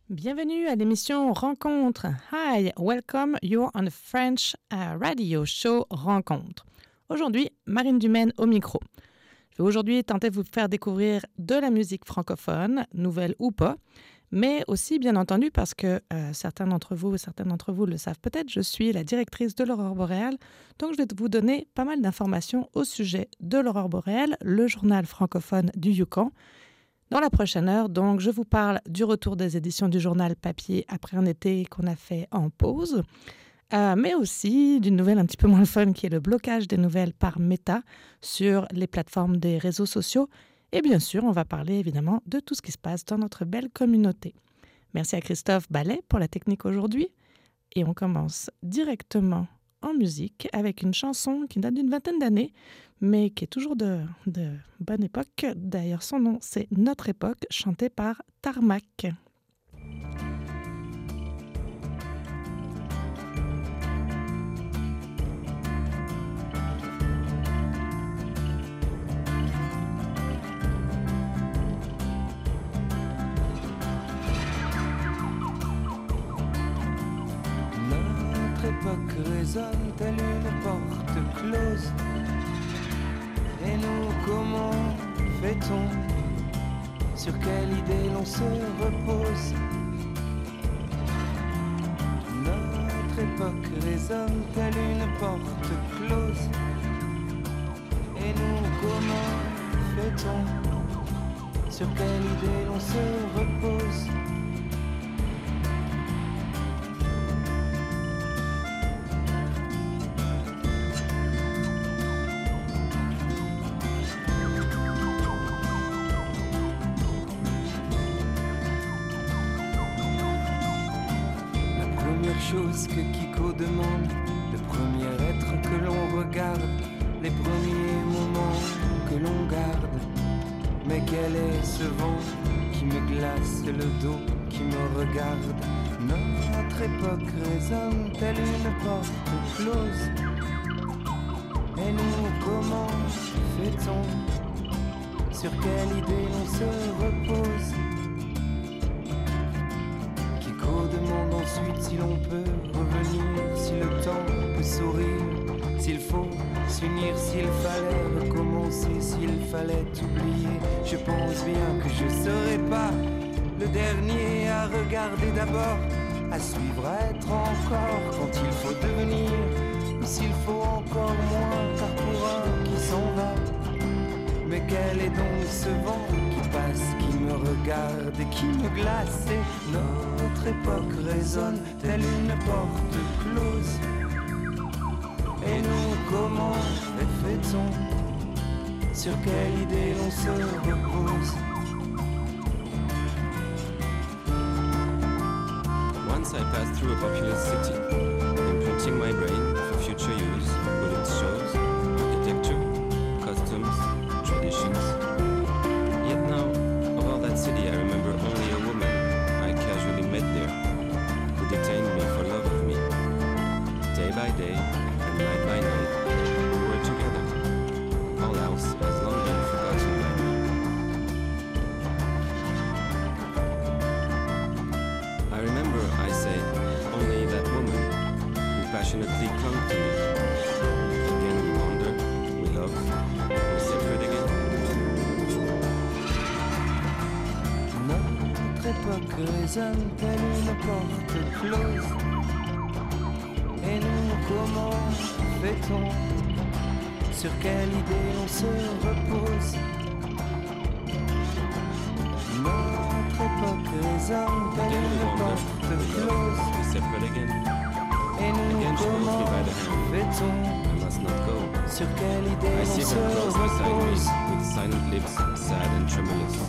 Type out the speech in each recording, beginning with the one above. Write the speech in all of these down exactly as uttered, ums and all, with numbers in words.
Bienvenue à l'émission Rencontre. Hi, welcome, you're on the French uh, radio show Rencontre. Aujourd'hui, Marine Dumaine au micro. Je vais aujourd'hui tenter de vous faire découvrir de la musique francophone, nouvelle ou pas, mais aussi, bien entendu, parce que euh, certains d'entre vous, certains d'entre vous le savent peut-être, je suis la directrice de l'Aurore boréale, donc je vais vous donner pas mal d'informations au sujet de l'Aurore boréale, le journal francophone du Yukon. Dans la prochaine heure, donc, je vous parle du retour des éditions du journal papier après un été qu'on a fait en pause, euh, mais aussi d'une nouvelle un petit peu moins fun qui est le blocage des nouvelles par Meta sur les plateformes des réseaux sociaux. Et bien sûr, on va parler évidemment de tout ce qui se passe dans notre belle communauté. Merci à Christophe Ballet pour la technique aujourd'hui. Et on commence directement en musique avec une chanson qui date d'une vingtaine d'années, mais qui est toujours de, de bonne époque. D'ailleurs, son nom, c'est Notre époque, chanté par Tarmac. Notre époque résonne telle une porte close. Et nous, comment fait-on? Sur quelle idée l'on se repose? Notre époque résonne telle une porte close. Et nous, comment fait-on? Sur quelle idée l'on se repose? Chose que Kiko demande, le premier être que l'on regarde, les premiers moments que l'on garde. Mais quel est ce vent qui me glace le dos, qui me regarde? Notre époque résonne telle une porte close. Et nous, comment fait-on? Sur quelle idée l'on se repose? Demande ensuite si l'on peut revenir, si le temps peut sourire, s'il faut s'unir, s'il fallait recommencer, s'il fallait oublier. Je pense bien que je serai pas le dernier à regarder d'abord, à suivre, à être encore quand il faut devenir, ou s'il faut encore moins, car pour un qui s'en va. Mais quel est donc ce vent qui passe, qui me regarde et qui me glace? Et notre époque résonne telle une porte close. Et nous, comment fait-on? Sur quelle idée l'on se repose? Once I passed through a populous city, imprinting my brain for future use with its shows, architecture, customs, traditions. Yet now, of all that city I remember only a woman I casually met there, who detained me for love of me. Day by day, and night by night, we were together. All else has long been forgotten by me. I remember, I say, only that woman who passionately clung to me. Again we wander, we love, we separate again. Notre époque résonne telle une porte close. Et nous, comment fait-on? Sur quelle idée on se repose? Notre époque résonne telle Again we une wander, porte we love, close. we separate again. Et nous, Again she holds me comment by the hand. fait-on? I must not go. Sur quelle idée I on see se her close beside me, repose? with silent lips, sad and tremulous.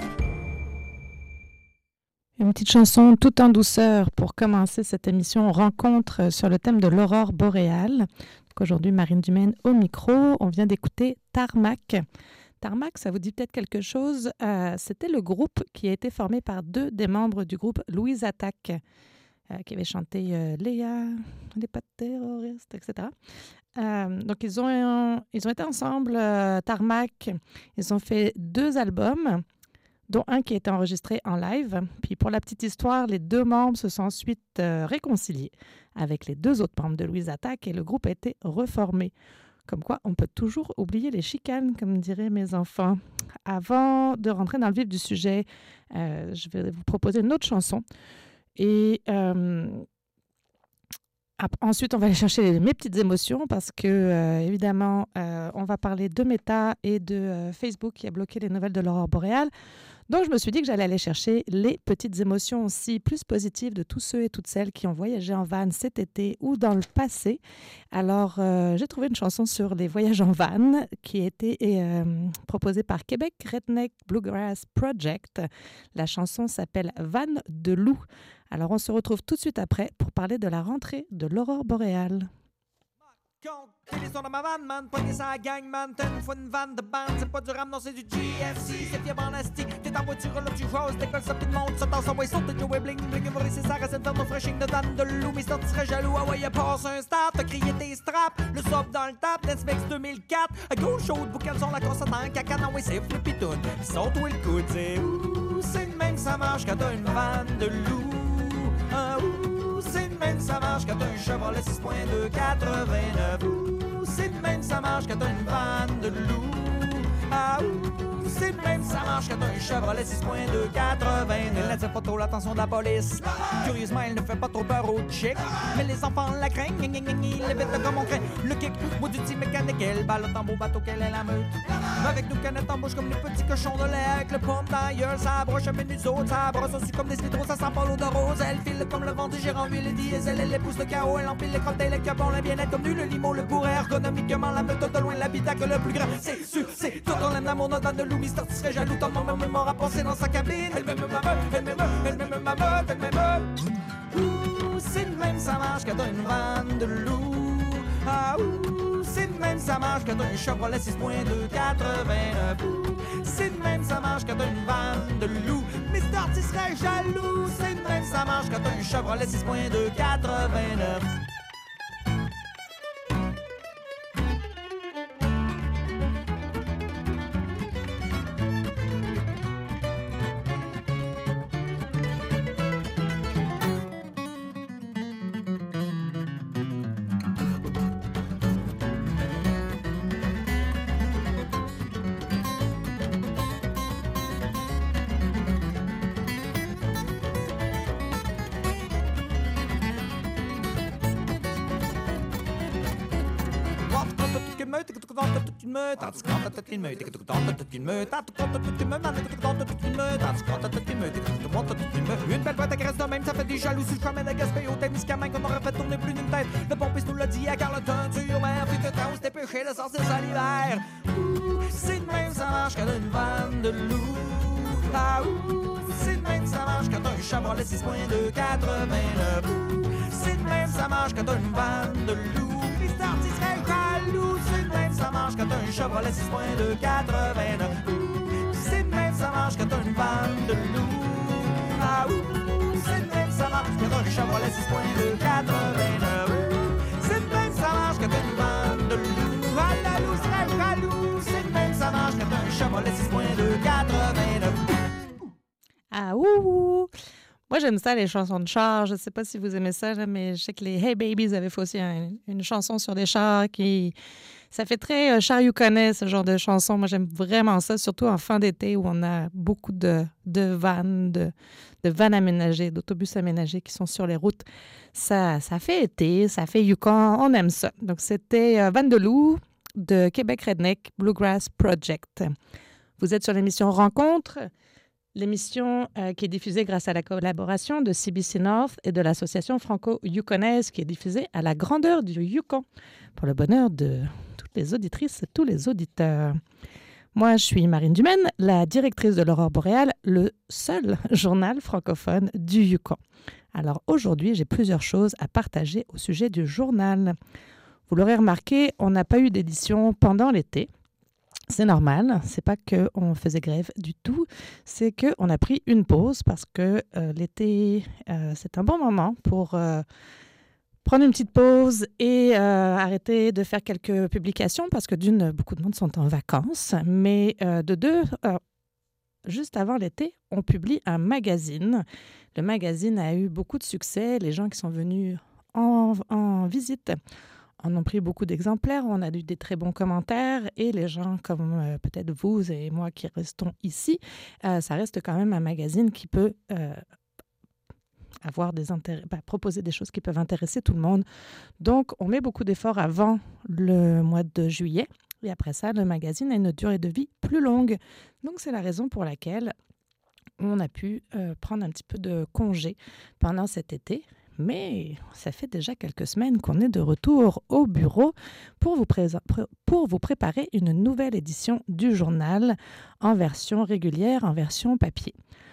Une petite chanson tout en douceur pour commencer cette émission Rencontre sur le thème de l'aurore boréale. Donc aujourd'hui, Marine Dumaine au micro. On vient d'écouter Tarmac. Tarmac, ça vous dit peut-être quelque chose. Euh, c'était le groupe qui a été formé par deux des membres du groupe Louise Attaque, euh, qui avait chanté euh, Léa, les pas terroristes, et cetera. Euh, donc, ils ont, ils ont été ensemble, euh, Tarmac. Ils ont fait deux albums, dont un qui a été enregistré en live. Puis pour la petite histoire, les deux membres se sont ensuite euh, réconciliés avec les deux autres membres de Louise Attaque et le groupe a été reformé. Comme quoi, on peut toujours oublier les chicanes, comme diraient mes enfants. Avant de rentrer dans le vif du sujet, euh, je vais vous proposer une autre chanson. Et euh, ensuite, on va aller chercher mes petites émotions parce que, euh, évidemment, euh, on va parler de Meta et de euh, Facebook qui a bloqué les nouvelles de l'aurore boréale. Donc, je me suis dit que j'allais aller chercher les petites émotions aussi plus positives de tous ceux et toutes celles qui ont voyagé en van cet été ou dans le passé. Alors, euh, j'ai trouvé une chanson sur les voyages en van qui a été euh, proposée par Québec Redneck Bluegrass Project. La chanson s'appelle « Van de loup ». Alors, on se retrouve tout de suite après pour parler de la rentrée de l'aurore boréale. T'es les sons dans ma van, man, pogné sa gang, man. T'as une fois une vanne de bande, c'est pas du rap, non, c'est du G F C. C'est fièvre en astique, t'es en voiture, là, tu choses, t'écoles ça, pis de monde, ça t'en ouais, saute, Joey bling, bling, va c'est ça, recette faire nos freshing de van de loup. Mais ça, tu serais jaloux, ah ouais, y'a passe un start, t'as crié tes straps, le sop dans le tap, Netflix deux mille quatre. À gauche, chaude, boucan son la constate en caca, non, ouais, c'est flippy toune. Saute, ouais, le coude, c'est ouh, c'est de même, ça marche quand t'as une vanne de loup. Ah, ouh, c'est de même, ça marche quand t'as un Chevrolet six point deux quatre-vingt-neuf. C'est de même ça marche quand t'as une vanne de loup. Ah ouh, c'est de même ça marche quand t'as un Chevrolet six point deux quatre-vingt-neuf. Elle n'attire pas trop l'attention de la police. Curieusement, elle ne fait pas trop peur aux chicks. Mais les enfants la craignent, gna gna gna gna, les bêtes comme on craint. Le kick, moi du petit mécanique, elle ballotte en beau bateau qu'elle est la meute. Avec nos canettes en bouche comme des petits cochons de lait. Avec le pomme d'ailleurs, ça broche à nous autres. Ça brosse aussi comme des citros, ça sent pas l'eau de rose. Elle file comme le vent du gérant, huile et diesel. Elle épouse le chaos, elle empile les cocktails, les capons, la bien-être comme nu, le limo, le bourré. Ergonomiquement, la meute de loin, l'habitacle le plus grand. C'est sûr, c'est tout on l'aime d'amour, notre van de loup. Mister, tu serais jaloux, ton nom, même mort à penser dans sa cabine. Elle m'aime ma meute, elle m'aime, elle m'aime ma meute, elle m'aime. Ouh, c'est de même, ça marche quand t'as une vanne de loup. Ah ouh, c'est de même, ça marche quand t'as un Chevrolet six point deux quatre-vingt-neuf. C'est de même, ça marche quand t'as une vanne de loup. Mister, tu serais jaloux. C'est de même, ça marche quand t'as un Chevrolet six point deux quatre-vingt-neuf. Tandis que quand t'as toute une meute, et que tu t'entends toute une meute, t'as tout compte toute une meute, t'as tout compte toute une meute, tandis que quand t'as toute une meute, et que tu t'entends toute une meute. Une belle boîte à graisse de même, ça fait des jaloux sur le chemin de Gaspé au Témiscamingue qu'on aurait fait tourner plus d'une tête. Le pompiste nous l'a dit à Carleton, sur mer, puis que quand on s'était pêché, le sens c'est l'hiver. Ouh, c'est de même, ça marche quand t'as une vanne de loup. Ah ouh, c'est de même, ça marche quand t'as un Chevrolet six point deux quatre-vingt-neuf. C'est de même, ça marche quand t'as une vanne de loup. Mister, tu serais jaloux. C'est de même, ça marche quand t'as un Chevrolet six point deux quatre-vingt-neuf. C'est de même, ça marche quand t'as une vanne de loup. Ah ouh, c'est de même, ça marche quand t'as un Chevrolet six point deux quatre-vingt-neuf. C'est de même, ça marche quand t'as une vanne de loup. Ah la loup serait jaloux. C'est de même, ça marche quand t'as un Chevrolet six point deux quatre-vingt-neuf. Ah ouh! Moi, j'aime ça, les chansons de char. Je ne sais pas si vous aimez ça, là, mais je sais que les Hey Babies avaient fait aussi un, une chanson sur des chars qui... Ça fait très euh, char you connais, ce genre de chanson. Moi, j'aime vraiment ça, surtout en fin d'été où on a beaucoup de, de vannes, de, de vannes aménagées, d'autobus aménagés qui sont sur les routes. Ça, ça fait été, ça fait Yukon, on aime ça. Donc, c'était euh, Van de Loup de Québec Redneck Bluegrass Project. Vous êtes sur l'émission Rencontre. L'émission euh, qui est diffusée grâce à la collaboration de C B C North et de l'association franco-yukonaise qui est diffusée à la grandeur du Yukon pour le bonheur de toutes les auditrices et tous les auditeurs. Moi, je suis Marine Dumaine, la directrice de l'Aurore boréale, le seul journal francophone du Yukon. Alors aujourd'hui, j'ai plusieurs choses à partager au sujet du journal. Vous l'aurez remarqué, on n'a pas eu d'édition pendant l'été. C'est normal, c'est pas qu'on faisait grève du tout, c'est qu'on a pris une pause parce que euh, l'été, euh, c'est un bon moment pour euh, prendre une petite pause et euh, arrêter de faire quelques publications parce que d'une, beaucoup de monde sont en vacances, mais euh, de deux, euh, juste avant l'été, on publie un magazine. Le magazine a eu beaucoup de succès. Les gens qui sont venus en, en visite en ont pris beaucoup d'exemplaires. On a eu des très bons commentaires. Et les gens comme euh, peut-être vous et moi qui restons ici, euh, ça reste quand même un magazine qui peut euh, avoir des intérêts, bah, proposer des choses qui peuvent intéresser tout le monde. Donc, on met beaucoup d'efforts avant le mois de juillet. Et après ça, le magazine a une durée de vie plus longue. Donc, c'est la raison pour laquelle on a pu euh, prendre un petit peu de congé pendant cet été. Mais ça fait déjà quelques semaines qu'on est de retour au bureau pour vous, pré- pour vous préparer une nouvelle édition du journal en version régulière, en version papier.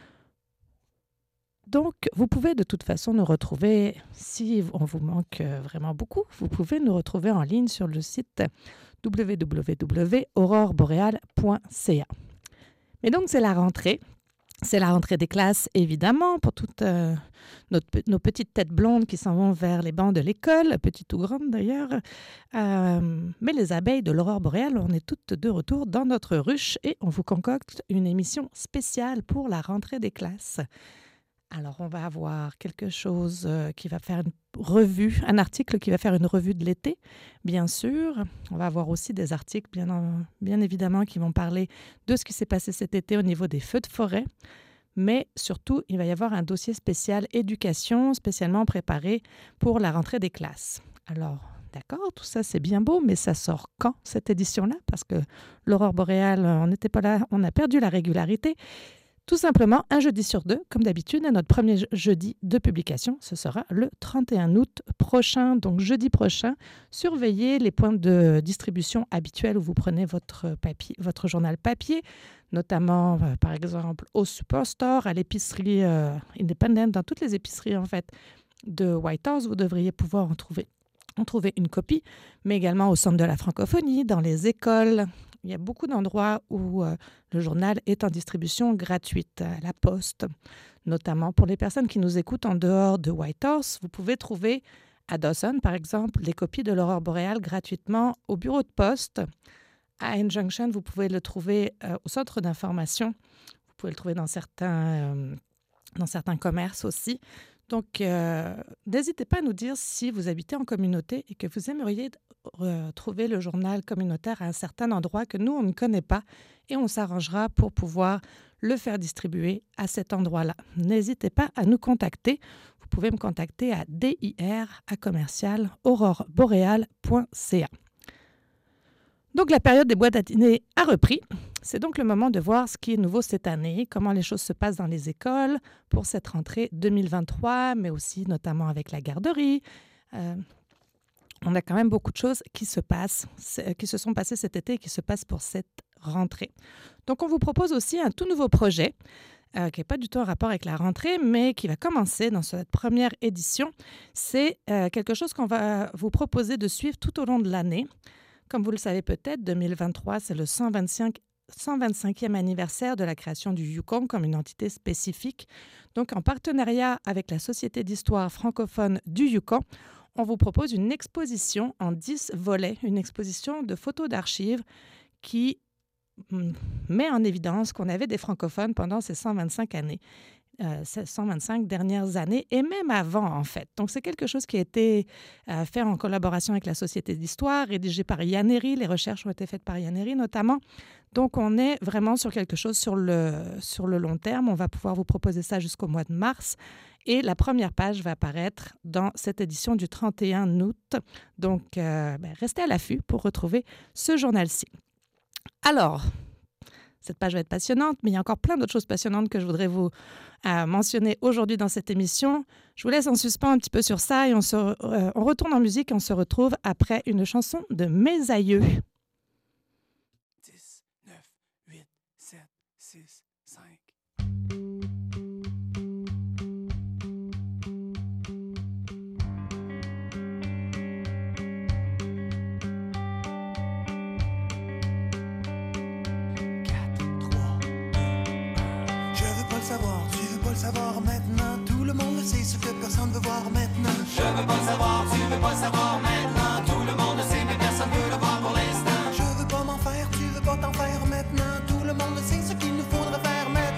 Donc, vous pouvez de toute façon nous retrouver, si on vous manque vraiment beaucoup, vous pouvez nous retrouver en ligne sur le site w w w point aurore boréale point c a. Mais donc, c'est la rentrée. C'est la rentrée des classes, évidemment, pour toutes euh, notre, nos petites têtes blondes qui s'en vont vers les bancs de l'école, petites ou grandes d'ailleurs. Euh, mais les abeilles de l'aurore boréale, on est toutes de retour dans notre ruche et on vous concocte une émission spéciale pour la rentrée des classes. Alors, on va avoir quelque chose euh, qui va faire une revue, un article qui va faire une revue de l'été, bien sûr. On va avoir aussi des articles, bien, en, bien évidemment, qui vont parler de ce qui s'est passé cet été au niveau des feux de forêt. Mais surtout, il va y avoir un dossier spécial éducation, spécialement préparé pour la rentrée des classes. Alors, d'accord, tout ça, c'est bien beau, mais ça sort quand, cette édition-là? Parce que l'aurore boréale, on n'était pas là, on a perdu la régularité. Tout simplement, un jeudi sur deux, comme d'habitude, à notre premier jeudi de publication, ce sera le trente et un août prochain. Donc, jeudi prochain, surveillez les points de distribution habituels où vous prenez votre, papier, votre journal papier, notamment, euh, par exemple, au Superstore, à l'épicerie euh, Independent, dans toutes les épiceries, en fait, de Whitehorse, vous devriez pouvoir en trouver, en trouver une copie, mais également au Centre de la francophonie, dans les écoles. Il y a beaucoup d'endroits où euh, le journal est en distribution gratuite à la poste, notamment pour les personnes qui nous écoutent en dehors de Whitehorse. Vous pouvez trouver à Dawson, par exemple, les copies de l'aurore boréale gratuitement au bureau de poste. À Injunction, vous pouvez le trouver euh, au centre d'information. Vous pouvez le trouver dans certains, euh, dans certains commerces aussi. Donc, euh, n'hésitez pas à nous dire si vous habitez en communauté et que vous aimeriez euh, trouver le journal communautaire à un certain endroit que nous, on ne connaît pas et on s'arrangera pour pouvoir le faire distribuer à cet endroit-là. N'hésitez pas à nous contacter. Vous pouvez me contacter à dir à commercial aurore boréale point c a. Donc, la période des boîtes à dîner a repris. C'est donc le moment de voir ce qui est nouveau cette année, comment les choses se passent dans les écoles pour cette rentrée deux mille vingt-trois, mais aussi notamment avec la garderie. Euh, on a quand même beaucoup de choses qui se passent, qui se sont passées cet été et qui se passent pour cette rentrée. Donc, on vous propose aussi un tout nouveau projet euh, qui n'est pas du tout en rapport avec la rentrée, mais qui va commencer dans cette première édition. C'est euh, quelque chose qu'on va vous proposer de suivre tout au long de l'année. Comme vous le savez peut-être, deux mille vingt-trois, c'est le cent vingt-cinq, cent vingt-cinquième anniversaire de la création du Yukon comme une entité spécifique. Donc, en partenariat avec la Société d'histoire francophone du Yukon, on vous propose une exposition en dix volets, une exposition de photos d'archives qui met en évidence qu'on avait des francophones pendant ces cent vingt-cinq années. Euh, cent vingt-cinq dernières années et même avant, en fait. Donc, c'est quelque chose qui a été euh, fait en collaboration avec la Société d'histoire, rédigé par Yann Herry. Les recherches ont été faites par Yann Herry, notamment. Donc, on est vraiment sur quelque chose sur le, sur le long terme. On va pouvoir vous proposer ça jusqu'au mois de mars. Et la première page va apparaître dans cette édition du trente et un août. Donc, euh, ben, restez à l'affût pour retrouver ce journal-ci. Alors, cette page va être passionnante, mais il y a encore plein d'autres choses passionnantes que je voudrais vous euh, mentionner aujourd'hui dans cette émission. Je vous laisse en suspens un petit peu sur ça et on, se, euh, on retourne en musique et on se retrouve après une chanson de Mes aïeux. dix, neuf, huit, sept, six, cinq. Savoir, tu veux pas le savoir maintenant. Tout le monde le sait, ce que personne veut voir maintenant. Je veux pas le savoir, tu veux pas le savoir maintenant. Tout le monde le sait, mais personne veut le voir pour l'instant. Je veux pas m'en faire, tu veux pas t'en faire maintenant. Tout le monde le sait, ce qu'il nous faudrait faire maintenant.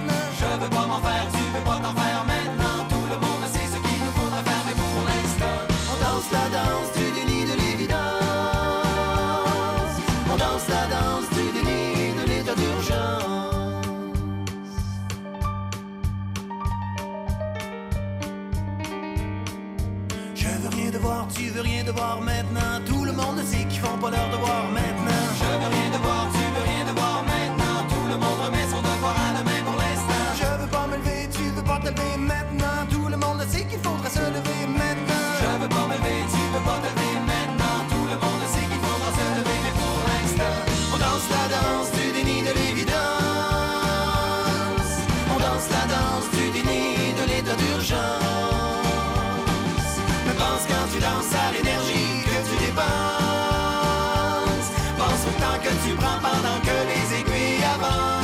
devoir, tu veux rien devoir maintenant. Tout le monde sait qu'ils font pas leur devoir maintenant. Je veux rien devoir, tu veux rien devoir maintenant. Tout le monde remet son devoir à demain pour l'instant. Je veux pas me lever, tu veux pas te lever maintenant. Tout le monde sait qu'il faudra se lever maintenant. Je veux pas me lever, tu veux pas te lever maintenant. Tout le monde sait qu'il faudra se lever, mais pour l'instant on danse la danse du déni de l'évidence. On danse la danse du déni de l'état d'urgence. Mais pense quand tu danses à l'énergie que tu dépenses. Pense au temps que tu prends pendant que les aiguilles avancent.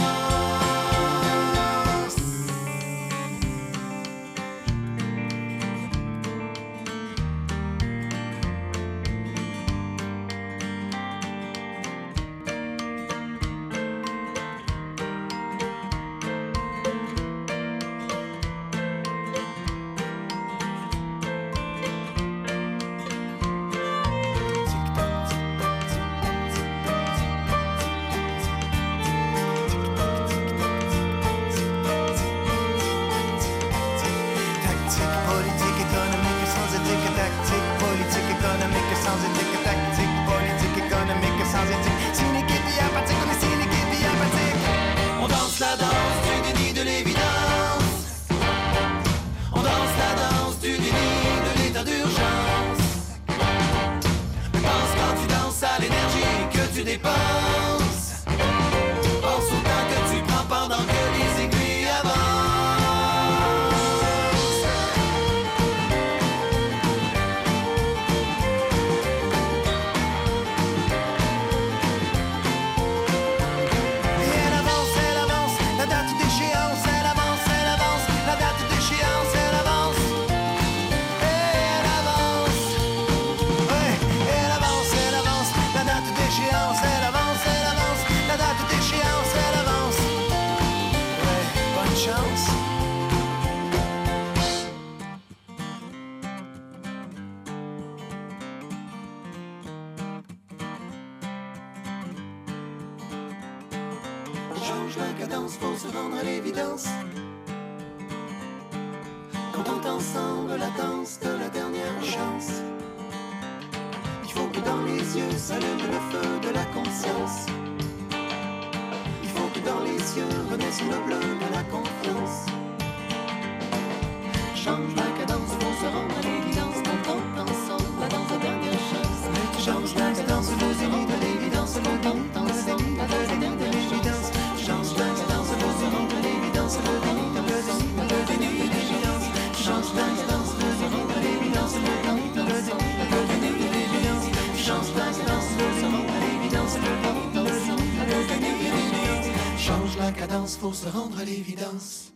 Change la cadence, faut se rendre à l'évidence. Quand on est ensemble, la danse de la dernière chance. Il faut que dans les yeux s'allume le feu de la conscience. Il faut que dans les yeux renaisse le bleu de la confiance. Change la cadence, faut se rendre à l'évidence. Quand on est ensemble, la danse de la dernière chance. Change la cadence, faut se rendre à l'évidence. Quand on est ensemble, la danse de la dernière chance. Change la cadence, faut se rendre à l'évidence. Le déni de l'évidence. Change la cadence, faut se rendre à l'évidence. Le déni de l'évidence. Change la cadence, faut se rendre à l'évidence. Le déni de l'évidence. Change la cadence, faut se rendre à l'évidence.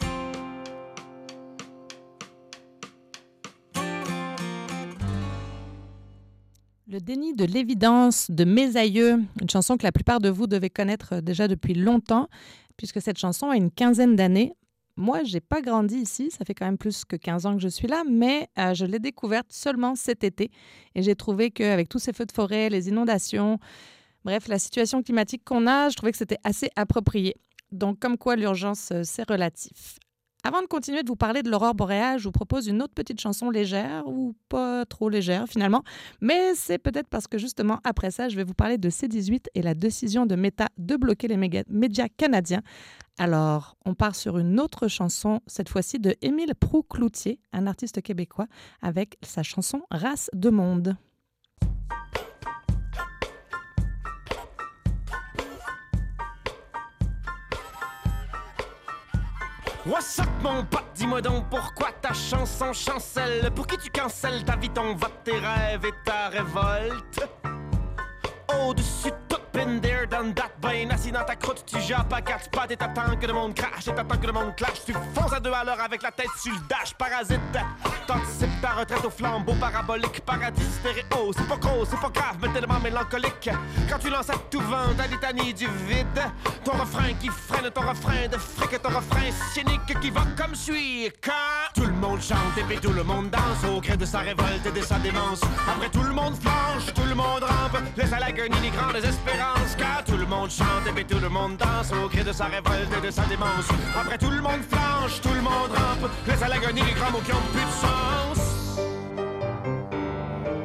Le déni de l'évidence de Mes Aïeux, une chanson que la plupart de vous devez connaître déjà depuis longtemps, puisque cette chanson a une quinzaine d'années. Moi, je n'ai pas grandi ici, ça fait quand même plus que quinze ans que je suis là, mais euh, je l'ai découverte seulement cet été. Et j'ai trouvé qu'avec tous ces feux de forêt, les inondations, bref, la situation climatique qu'on a, je trouvais que c'était assez approprié. Donc, comme quoi l'urgence, euh, c'est relatif. Avant de continuer de vous parler de l'aurore boréale, je vous propose une autre petite chanson légère, ou pas trop légère finalement, mais c'est peut-être parce que justement après ça, je vais vous parler de C dix-huit et la décision de Meta de bloquer les méga- médias canadiens. Alors, on part sur une autre chanson, cette fois-ci de Émile Proulx-Cloutier, un artiste québécois, avec sa chanson « Race de monde ». What's up mon pote, dis-moi donc pourquoi ta chanson chancelle. Pour qui tu cancelles ta vie, ton vote, tes rêves et ta révolte. Au-dessus de tout, been there, done that, ben assis dans ta croûte, tu jappes à quatre pattes et t'attends que le monde crache et t'attends que le monde clash. Tu fonces à deux à l'heure avec la tête sur le dash, parasite. T'anticipes ta retraite au flambeau parabolique, paradis stéréo. C'est pas gros, c'est pas grave, mais tellement mélancolique. Quand tu lances à tout vent ta litanie du vide, ton refrain qui freine, ton refrain de fric, ton refrain cynique qui va comme suit. Quand tout le monde chante et puis tout le monde danse au gré de sa révolte et de sa démence. Après tout le monde flanche, tout le monde rampe, laisse à l'agonie les grandes espérances. Car tout le monde chante et puis tout le monde danse au gré de sa révolte et de sa démence. Après tout le monde flanche, tout le monde rampe, laisse à l'agonie les grands mots qui ont plus de sens.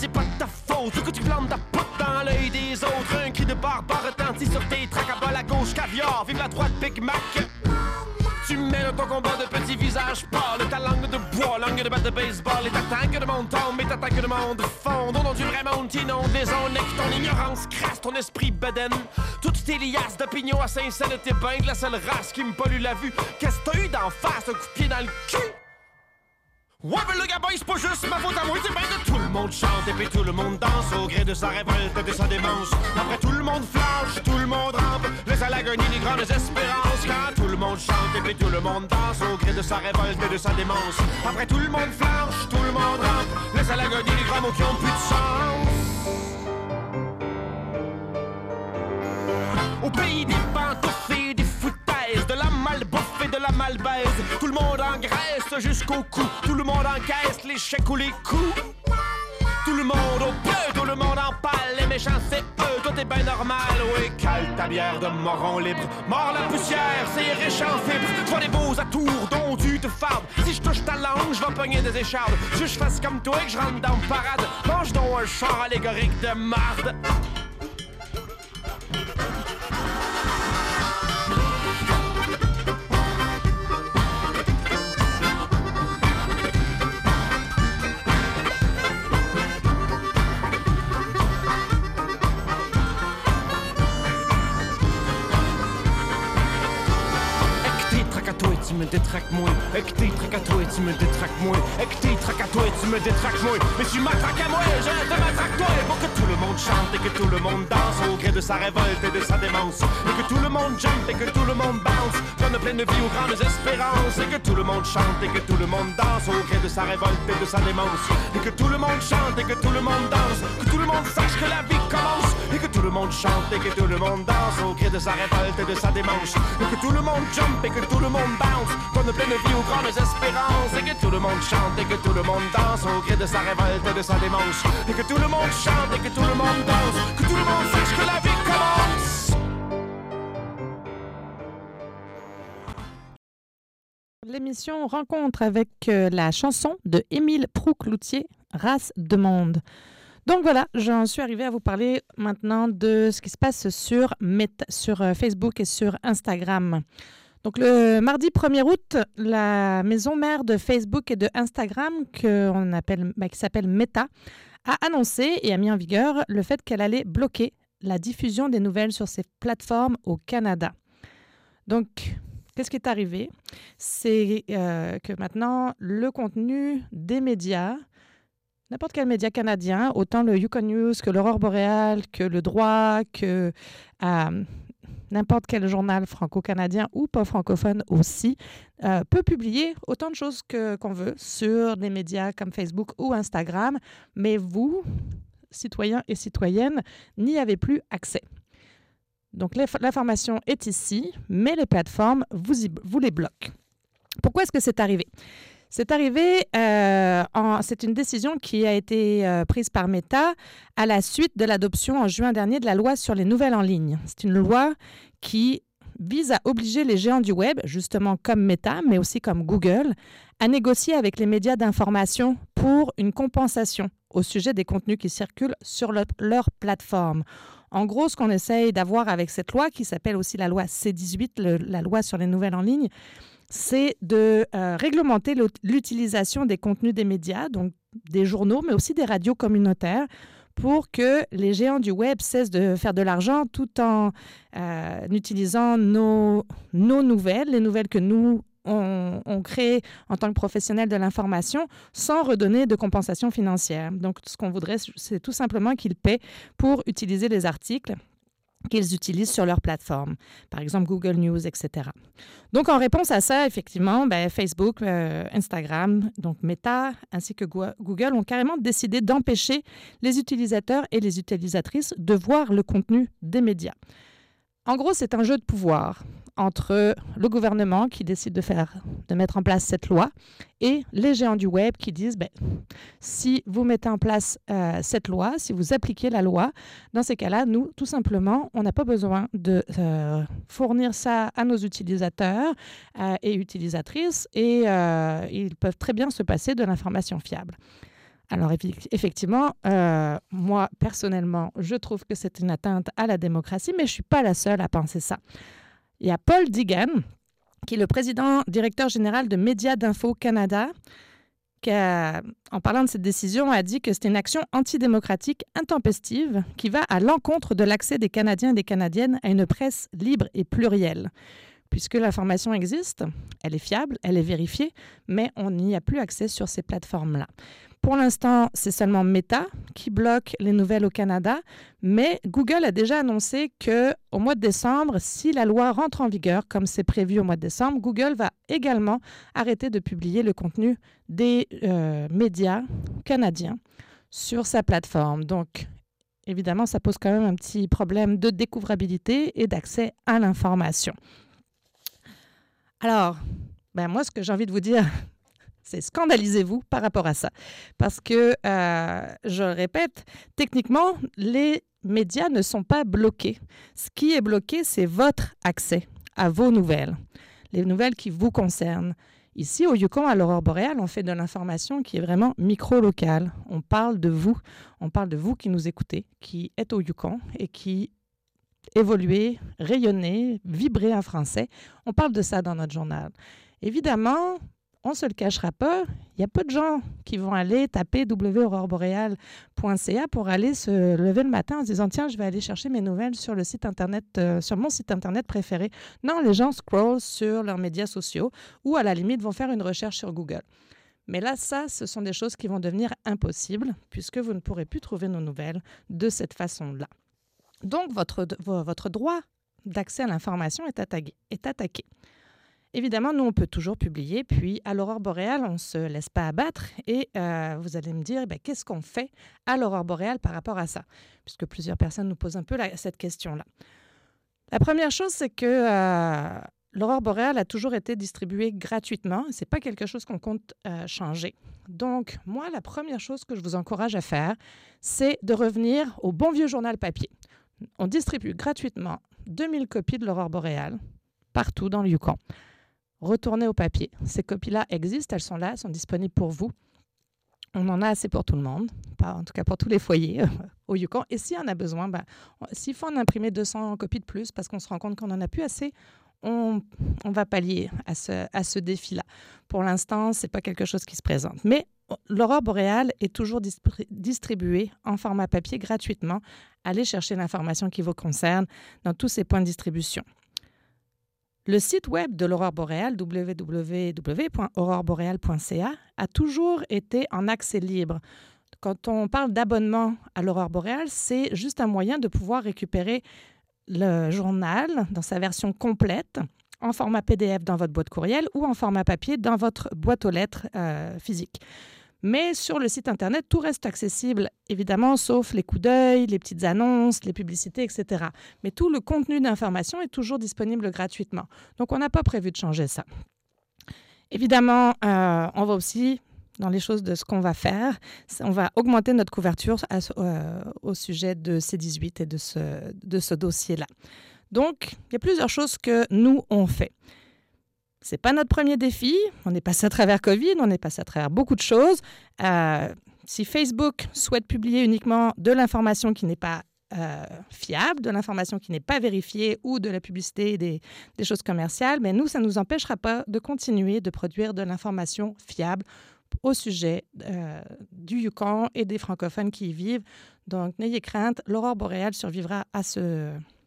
c'est pas de ta faute. Que tu plantes ta pote dans l'œil des autres. Un cri de barbare retentit sur tes tracks. À bas la gauche, caviar, vive la droite, Big Mac. Tu mènes ton combat de petits visages pâles. Ta langue de bois, langue de batte de baseball. Et ta tangue de monde tombe, et ta tangue de monde fond. Au nom du vrai monde t'inonde les ondes. Et que ton ignorance crasse ton esprit beden. Toutes tes liasses d'opinion à Saint-Saëns tes bains. La seule race qui me pollue la vue. Qu'est-ce que t'as eu d'en face, un coup de pied dans le cul? Ouais, ben le gamin, c'est pas juste ma faute à moi, c'est bien que tout le monde chante et puis tout le monde danse au gré de sa révolte et de sa démence. Après tout le monde flanche, tout le monde rampe, laisse à l'agonie les grandes espérances. Quand tout le monde chante et puis tout le monde danse au gré de sa révolte et de sa démence. Après tout le monde flanche, tout le monde rampe, laisse à l'agonie les grands mots qui ont plus de sens. Au pays des pantoufles et des foutaises, de la malbouffe et de la malbaise, tout le monde engraisse jusqu'au cou, tout le monde encaisse les chèques ou les coups. Tout le monde au peu, tout le monde en pâle, les méchants c'est eux, tout est ben normal. Oui, cale ta bière de moron libre, mord la poussière, c'est riche en fibres. Soit des beaux atours dont tu te farbes. Si je touche ta langue, je vais pogner des échardes. Si je fasse comme toi et que je rentre dans le parade, mange donc un char allégorique de marde. Tu me détraques moi, et que t'es traque à toi et tu me détraques moi, et que t'es traque à toi et tu me détraques moi. Mais tu m'attraques à moi, je te m'attraque toi. Pour que tout le monde chante et que tout le monde danse au gré de sa révolte et de sa démence. Et que tout le monde jump et que tout le monde bounce, donne pleine de vie aux grandes espérances. Et que tout le monde chante et que tout le monde danse au gré de sa révolte et de sa démence. Et que tout le monde chante et que tout le monde danse, que tout le monde sache que la vie commence. Et que tout le monde chante et que tout le monde danse au gré de sa révolte et de sa démence. Et que tout le monde jump et que tout le monde bounce, donne pleine vie aux grandes espérances. Et que tout le monde chante et que tout le monde danse au gré de sa révolte et de sa démence. Et que tout le monde chante et que tout le monde danse, que tout le monde sache que la vie commence. L'émission Rencontre avec euh, la chanson de Émile Proulx-Cloutier, Race de monde. Donc voilà, j'en suis arrivée à vous parler maintenant de ce qui se passe sur, Meta, sur euh, Facebook et sur Instagram. Donc le mardi premier août, la maison mère de Facebook et de Instagram, que on appelle, bah, qui s'appelle Meta, a annoncé et a mis en vigueur le fait qu'elle allait bloquer la diffusion des nouvelles sur ses plateformes au Canada. Donc, qu'est-ce qui est arrivé? C'est euh, que maintenant, le contenu des médias, n'importe quel média canadien, autant le Yukon News que l'Aurore Boréale, que le Droit, que euh, n'importe quel journal franco-canadien ou pas francophone aussi, euh, peut publier autant de choses que, qu'on veut sur des médias comme Facebook ou Instagram, mais vous, citoyens et citoyennes, n'y avez plus accès. Donc l'information est ici, mais les plateformes vous, y, vous les bloquent. Pourquoi est-ce que c'est arrivé? C'est arrivé, euh, en, c'est une décision qui a été euh, prise par Meta à la suite de l'adoption en juin dernier de la loi sur les nouvelles en ligne. C'est une loi qui vise à obliger les géants du web, justement comme Meta, mais aussi comme Google, à négocier avec les médias d'information pour une compensation au sujet des contenus qui circulent sur le, leur plateforme. En gros, ce qu'on essaye d'avoir avec cette loi, qui s'appelle aussi la loi C dix-huit, le, la loi sur les nouvelles en ligne, c'est de euh, réglementer l'utilisation des contenus des médias, donc des journaux, mais aussi des radios communautaires, pour que les géants du web cessent de faire de l'argent tout en euh, utilisant nos, nos nouvelles, les nouvelles que nous, on, on crée en tant que professionnels de l'information, sans redonner de compensation financière. Donc, ce qu'on voudrait, c'est tout simplement qu'ils paient pour utiliser les articles qu'ils utilisent sur leur plateforme, par exemple Google News, et cetera. Donc, en réponse à ça, effectivement, ben, Facebook, euh, Instagram, donc Meta, ainsi que Google ont carrément décidé d'empêcher les utilisateurs et les utilisatrices de voir le contenu des médias. En gros, c'est un jeu de pouvoir entre le gouvernement qui décide de, faire, de mettre en place cette loi et les géants du web qui disent ben, si vous mettez en place euh, cette loi, si vous appliquez la loi, dans ces cas-là, nous, tout simplement, on n'a pas besoin de euh, fournir ça à nos utilisateurs euh, et utilisatrices et euh, ils peuvent très bien se passer de l'information fiable. Alors effectivement, euh, moi personnellement, je trouve que c'est une atteinte à la démocratie, mais je ne suis pas la seule à penser ça. Il y a Paul Deegan, qui est le président directeur général de Médias d'Info Canada, qui a, en parlant de cette décision, a dit que c'était une action antidémocratique intempestive qui va à l'encontre de l'accès des Canadiens et des Canadiennes à une presse libre et plurielle. Puisque l'information existe, elle est fiable, elle est vérifiée, mais on n'y a plus accès sur ces plateformes-là. Pour l'instant, c'est seulement Meta qui bloque les nouvelles au Canada, mais Google a déjà annoncé qu'au mois de décembre, si la loi rentre en vigueur, comme c'est prévu au mois de décembre, Google va également arrêter de publier le contenu des euh, médias canadiens sur sa plateforme. Donc, évidemment, ça pose quand même un petit problème de découvrabilité et d'accès à l'information. Alors, ben moi, ce que j'ai envie de vous dire, c'est scandalisez-vous par rapport à ça. Parce que, euh, je le répète, techniquement, les médias ne sont pas bloqués. Ce qui est bloqué, c'est votre accès à vos nouvelles, les nouvelles qui vous concernent. Ici, au Yukon, à l'Aurore boréale, on fait de l'information qui est vraiment micro-locale. On parle de vous. On parle de vous qui nous écoutez, qui êtes au Yukon et qui évoluez, rayonnez, vibrez en français. On parle de ça dans notre journal. Évidemment, on ne se le cachera pas, il y a peu de gens qui vont aller taper w point aurore boréale point c a pour aller se lever le matin en se disant « Tiens, je vais aller chercher mes nouvelles sur le site Internet, euh, sur mon site Internet préféré. » Non, les gens scrollent sur leurs médias sociaux ou à la limite vont faire une recherche sur Google. Mais là, ça, ce sont des choses qui vont devenir impossibles puisque vous ne pourrez plus trouver nos nouvelles de cette façon-là. Donc, votre, votre droit d'accès à l'information est attaqué. Est attaqué. Évidemment, nous, on peut toujours publier. Puis, à l'Aurore boréale, on ne se laisse pas abattre. Et euh, vous allez me dire, ben, qu'est-ce qu'on fait à l'Aurore boréale par rapport à ça? Puisque plusieurs personnes nous posent un peu la, cette question-là. La première chose, c'est que euh, l'Aurore boréale a toujours été distribuée gratuitement. Ce n'est pas quelque chose qu'on compte euh, changer. Donc, moi, la première chose que je vous encourage à faire, c'est de revenir au bon vieux journal papier. On distribue gratuitement deux mille copies de l'Aurore boréale partout dans le Yukon. Retournez au papier. Ces copies-là existent, elles sont là, elles sont disponibles pour vous. On en a assez pour tout le monde, pas, en tout cas pour tous les foyers euh, au Yukon. Et s'il y en a besoin, ben, s'il faut en imprimer deux cents copies de plus parce qu'on se rend compte qu'on n'en a plus assez, on, on va pallier à ce, à ce défi-là. Pour l'instant, ce n'est pas quelque chose qui se présente. Mais l'Aurore boréale est toujours dispri- distribuée en format papier gratuitement. Allez chercher l'information qui vous concerne dans tous ces points de distribution. Le site web de l'Aurore boréale, w w w point aurore boréale point c a, a toujours été en accès libre. Quand on parle d'abonnement à l'Aurore boréale, c'est juste un moyen de pouvoir récupérer le journal dans sa version complète en format P D F dans votre boîte courriel ou en format papier dans votre boîte aux lettres euh, physique. Mais sur le site Internet, tout reste accessible, évidemment, sauf les coups d'œil, les petites annonces, les publicités, et cetera. Mais tout le contenu d'information est toujours disponible gratuitement. Donc, on n'a pas prévu de changer ça. Évidemment, euh, on va aussi, dans les choses de ce qu'on va faire, on va augmenter notre couverture à, euh, au sujet de C dix-huit et de ce, de ce dossier-là. Donc, il y a plusieurs choses que nous, on fait. Ce n'est pas notre premier défi. On est passé à travers COVID, on est passé à travers beaucoup de choses. Euh, si Facebook souhaite publier uniquement de l'information qui n'est pas euh, fiable, de l'information qui n'est pas vérifiée ou de la publicité, des, des choses commerciales, mais nous, ça ne nous empêchera pas de continuer de produire de l'information fiable au sujet euh, du Yukon et des francophones qui y vivent. Donc, n'ayez crainte, l'Aurore boréale survivra à ce...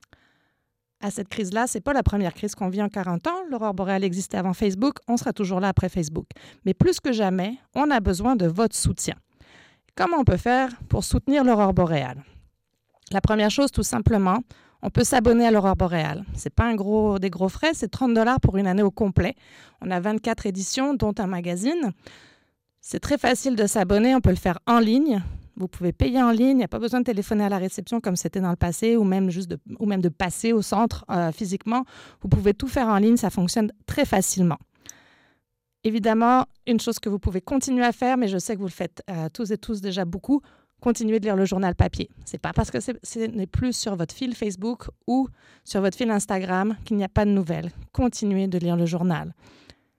à cette crise-là. Ce n'est pas la première crise qu'on vit en quarante ans. L'Aurore boréale existait avant Facebook. On sera toujours là après Facebook. Mais plus que jamais, on a besoin de votre soutien. Comment on peut faire pour soutenir l'Aurore boréale? La première chose, tout simplement, on peut s'abonner à l'Aurore boréale. Ce n'est pas un gros, des gros frais, c'est trente dollars pour une année au complet. On a vingt-quatre éditions, dont un magazine. C'est très facile de s'abonner. On peut le faire en ligne. Vous pouvez payer en ligne, il n'y a pas besoin de téléphoner à la réception comme c'était dans le passé ou même, juste de, ou même de passer au centre euh, physiquement. Vous pouvez tout faire en ligne, ça fonctionne très facilement. Évidemment, une chose que vous pouvez continuer à faire, mais je sais que vous le faites euh, tous et tous déjà beaucoup, continuez de lire le journal papier. Ce n'est pas parce que c'est, ce n'est plus sur votre fil Facebook ou sur votre fil Instagram qu'il n'y a pas de nouvelles. Continuez de lire le journal.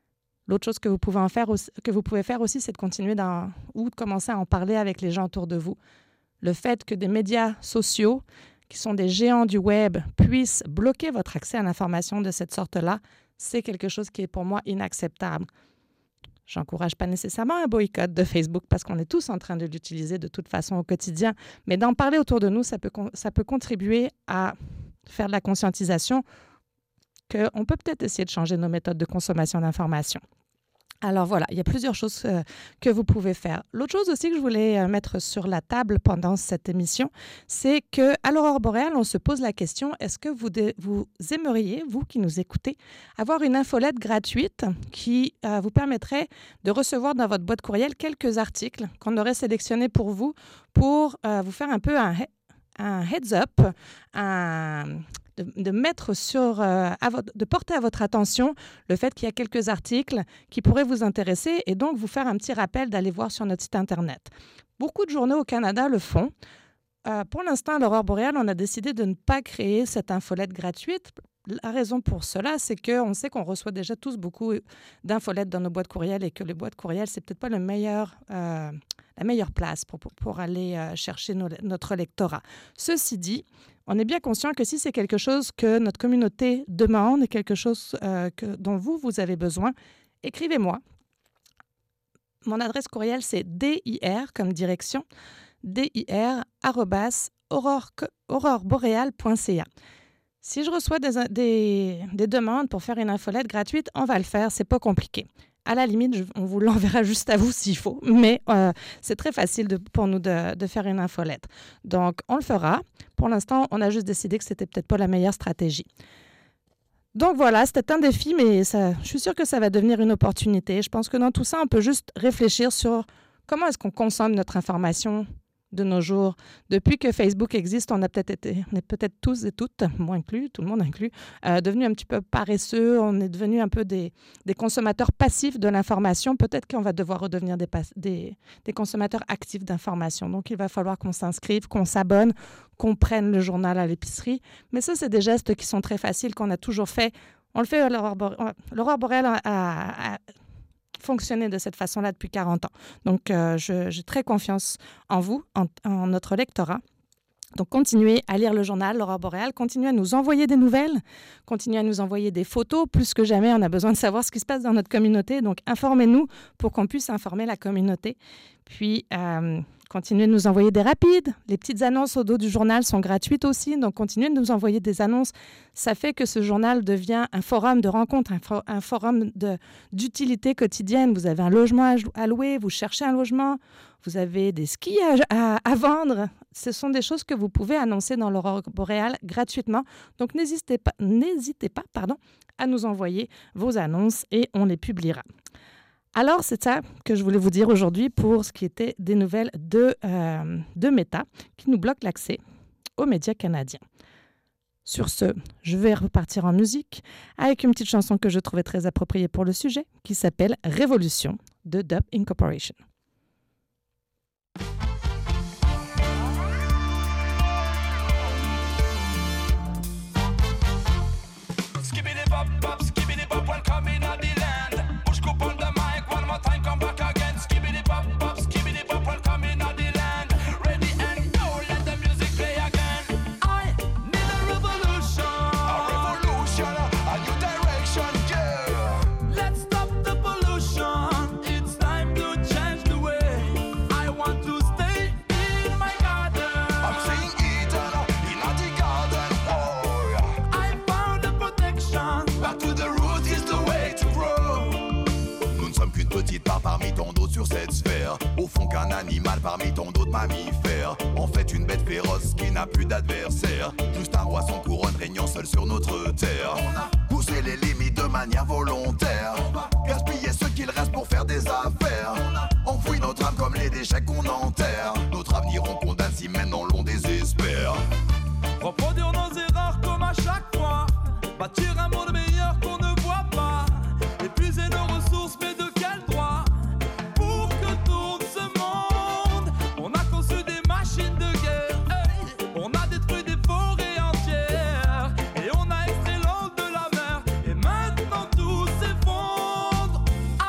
L'autre chose que vous pouvez, en faire aussi, que vous pouvez faire aussi, c'est de continuer dans, ou de commencer à en parler avec les gens autour de vous. Le fait que des médias sociaux, qui sont des géants du web, puissent bloquer votre accès à l'information de cette sorte-là, c'est quelque chose qui est pour moi inacceptable. Je n'encourage pas nécessairement un boycott de Facebook parce qu'on est tous en train de l'utiliser de toute façon au quotidien, mais d'en parler autour de nous, ça peut, ça peut contribuer à faire de la conscientisation qu'on peut peut-être essayer de changer nos méthodes de consommation d'informations. Alors voilà, il y a plusieurs choses euh, que vous pouvez faire. L'autre chose aussi que je voulais euh, mettre sur la table pendant cette émission, c'est qu'à l'Aurore boréale, on se pose la question, est-ce que vous, de, vous aimeriez, vous qui nous écoutez, avoir une infolette gratuite qui euh, vous permettrait de recevoir dans votre boîte courriel quelques articles qu'on aurait sélectionnés pour vous, pour euh, vous faire un peu un, un heads-up, un... De, de mettre sur, euh, à votre, de porter à votre attention le fait qu'il y a quelques articles qui pourraient vous intéresser et donc vous faire un petit rappel d'aller voir sur notre site Internet. Beaucoup de journaux au Canada le font. Euh, pour l'instant, à l'Aurore boréale, on a décidé de ne pas créer cette infolette gratuite. La raison pour cela, c'est qu'on sait qu'on reçoit déjà tous beaucoup d'infolettes dans nos boîtes courriels et que les boîtes courriels, c'est peut-être pas le meilleur, euh, la meilleure place pour, pour, pour aller euh, chercher nos, notre lectorat. Ceci dit, on est bien conscient que si c'est quelque chose que notre communauté demande et quelque chose euh, que, dont vous, vous avez besoin, écrivez-moi. Mon adresse courriel, c'est dir comme direction, dir arobase aurore boréale point c a. Si je reçois des, des, des demandes pour faire une infolette gratuite, on va le faire, c'est pas compliqué. À la limite, je, on vous l'enverra juste à vous s'il faut, mais euh, c'est très facile de, pour nous de, de faire une infolette. Donc, on le fera. Pour l'instant, on a juste décidé que c'était peut-être pas la meilleure stratégie. Donc voilà, c'était un défi, mais ça, je suis sûre que ça va devenir une opportunité. Je pense que dans tout ça, on peut juste réfléchir sur comment est-ce qu'on consomme notre information de nos jours. Depuis que Facebook existe, on a peut-être été, on est peut-être tous et toutes, moi inclus, tout le monde inclus, euh, devenus un petit peu paresseux. On est devenus un peu des, des consommateurs passifs de l'information. Peut-être qu'on va devoir redevenir des, des, des consommateurs actifs d'information. Donc, il va falloir qu'on s'inscrive, qu'on s'abonne, qu'on prenne le journal à l'épicerie. Mais ça, c'est des gestes qui sont très faciles, qu'on a toujours fait. On le fait à l'Aurore boréale. L'Aurore boréale a, a, a fonctionner de cette façon-là depuis quarante ans. Donc, euh, je, j'ai très confiance en vous, en, en notre lectorat. Donc, continuez à lire le journal l'Aurore boréale, continuez à nous envoyer des nouvelles, continuez à nous envoyer des photos. Plus que jamais, on a besoin de savoir ce qui se passe dans notre communauté. Donc, informez-nous pour qu'on puisse informer la communauté. Puis, euh, continuez de nous envoyer des rapides. Les petites annonces au dos du journal sont gratuites aussi. Donc, continuez de nous envoyer des annonces. Ça fait que ce journal devient un forum de rencontre, un, for- un forum de, d'utilité quotidienne. Vous avez un logement à louer, vous cherchez un logement, vous avez des skis à, à, à vendre. Ce sont des choses que vous pouvez annoncer dans l'Aurore boréale gratuitement. Donc, n'hésitez pas, n'hésitez pas pardon, à nous envoyer vos annonces et on les publiera. Alors, c'est ça que je voulais vous dire aujourd'hui pour ce qui était des nouvelles de, euh, de Meta qui nous bloquent l'accès aux médias canadiens. Sur ce, je vais repartir en musique avec une petite chanson que je trouvais très appropriée pour le sujet qui s'appelle « Révolution » de Dub Incorporation. Parmi tant d'autres sur cette sphère, au fond qu'un animal parmi tant d'autres mammifères. En fait une bête féroce qui n'a plus d'adversaire, juste un roi sans couronne régnant seul sur notre terre. On a poussé les limites de manière volontaire, gaspillé ce qu'il reste pour faire des affaires. On a enfoui notre âme comme les déchets qu'on enterre. Notre avenir on condamne si maintenant l'on désespère. Reproduire nos erreurs comme à chaque fois, bâtir un monde meilleur qu'on ne voit pas, épuiser nos ressources mais de quel droit? Pour que tourne ce monde, on a conçu des machines de guerre, hey, on a détruit des forêts entières, et on a extrait l'eau de la mer, et maintenant tout s'effondre.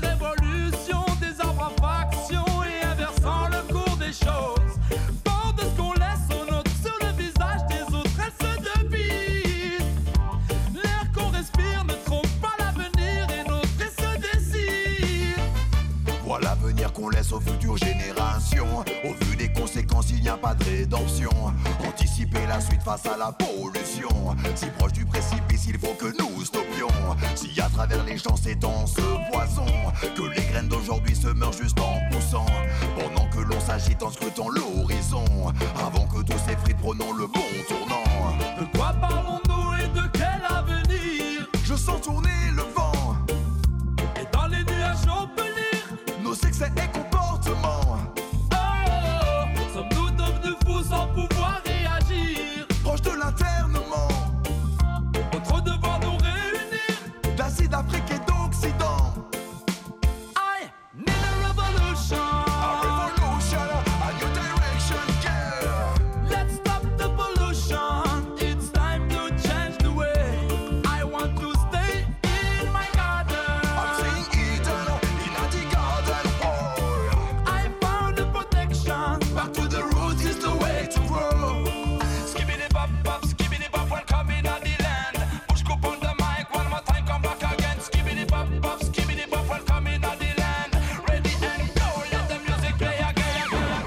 révolution des arbres en faction et inversant le cours des choses. Fort de ce qu'on laisse aux nôtres sur le visage des autres, elles se devisent. L'air qu'on respire ne trompe pas l'avenir et notre et se décide. Voilà l'avenir qu'on laisse aux futures générations. Au vu des conséquences, il n'y a pas de rédemption. Anticiper la suite face à la pollution. Si proche du précipice, il faut que nous stoppions. Si à travers les champs s'étend ce poison, que les graines d'aujourd'hui se meurent juste en poussant. Pendant que l'on s'agite en scrutant l'horizon. Avant que tous ces frites prenons le bon tournant. De quoi parlons-nous et de quel avenir? Je sens tourner le vent. Et dans les nuages on peut lire nos excès et comportements. Oh, sommes-nous devenus fous sans pouvoir réagir? Proche de l'internement, notre devoir nous réunir d'Asie, d'Afrique et d'Occident. I need a revolution. A revolution, a new direction, yeah. Let's stop the pollution. It's time to change the way. I want to stay in my garden. I'm seeing Eden in a tea garden. Oh, I found the protection. back to the roots is the way to grow. Skibbity bop bop, skibbity bop, welcome in the land. Push up on the mic one more time, come back again. Skibbity bop bop, skibbity bop, welcome in the land. Ready and go, let the music play again.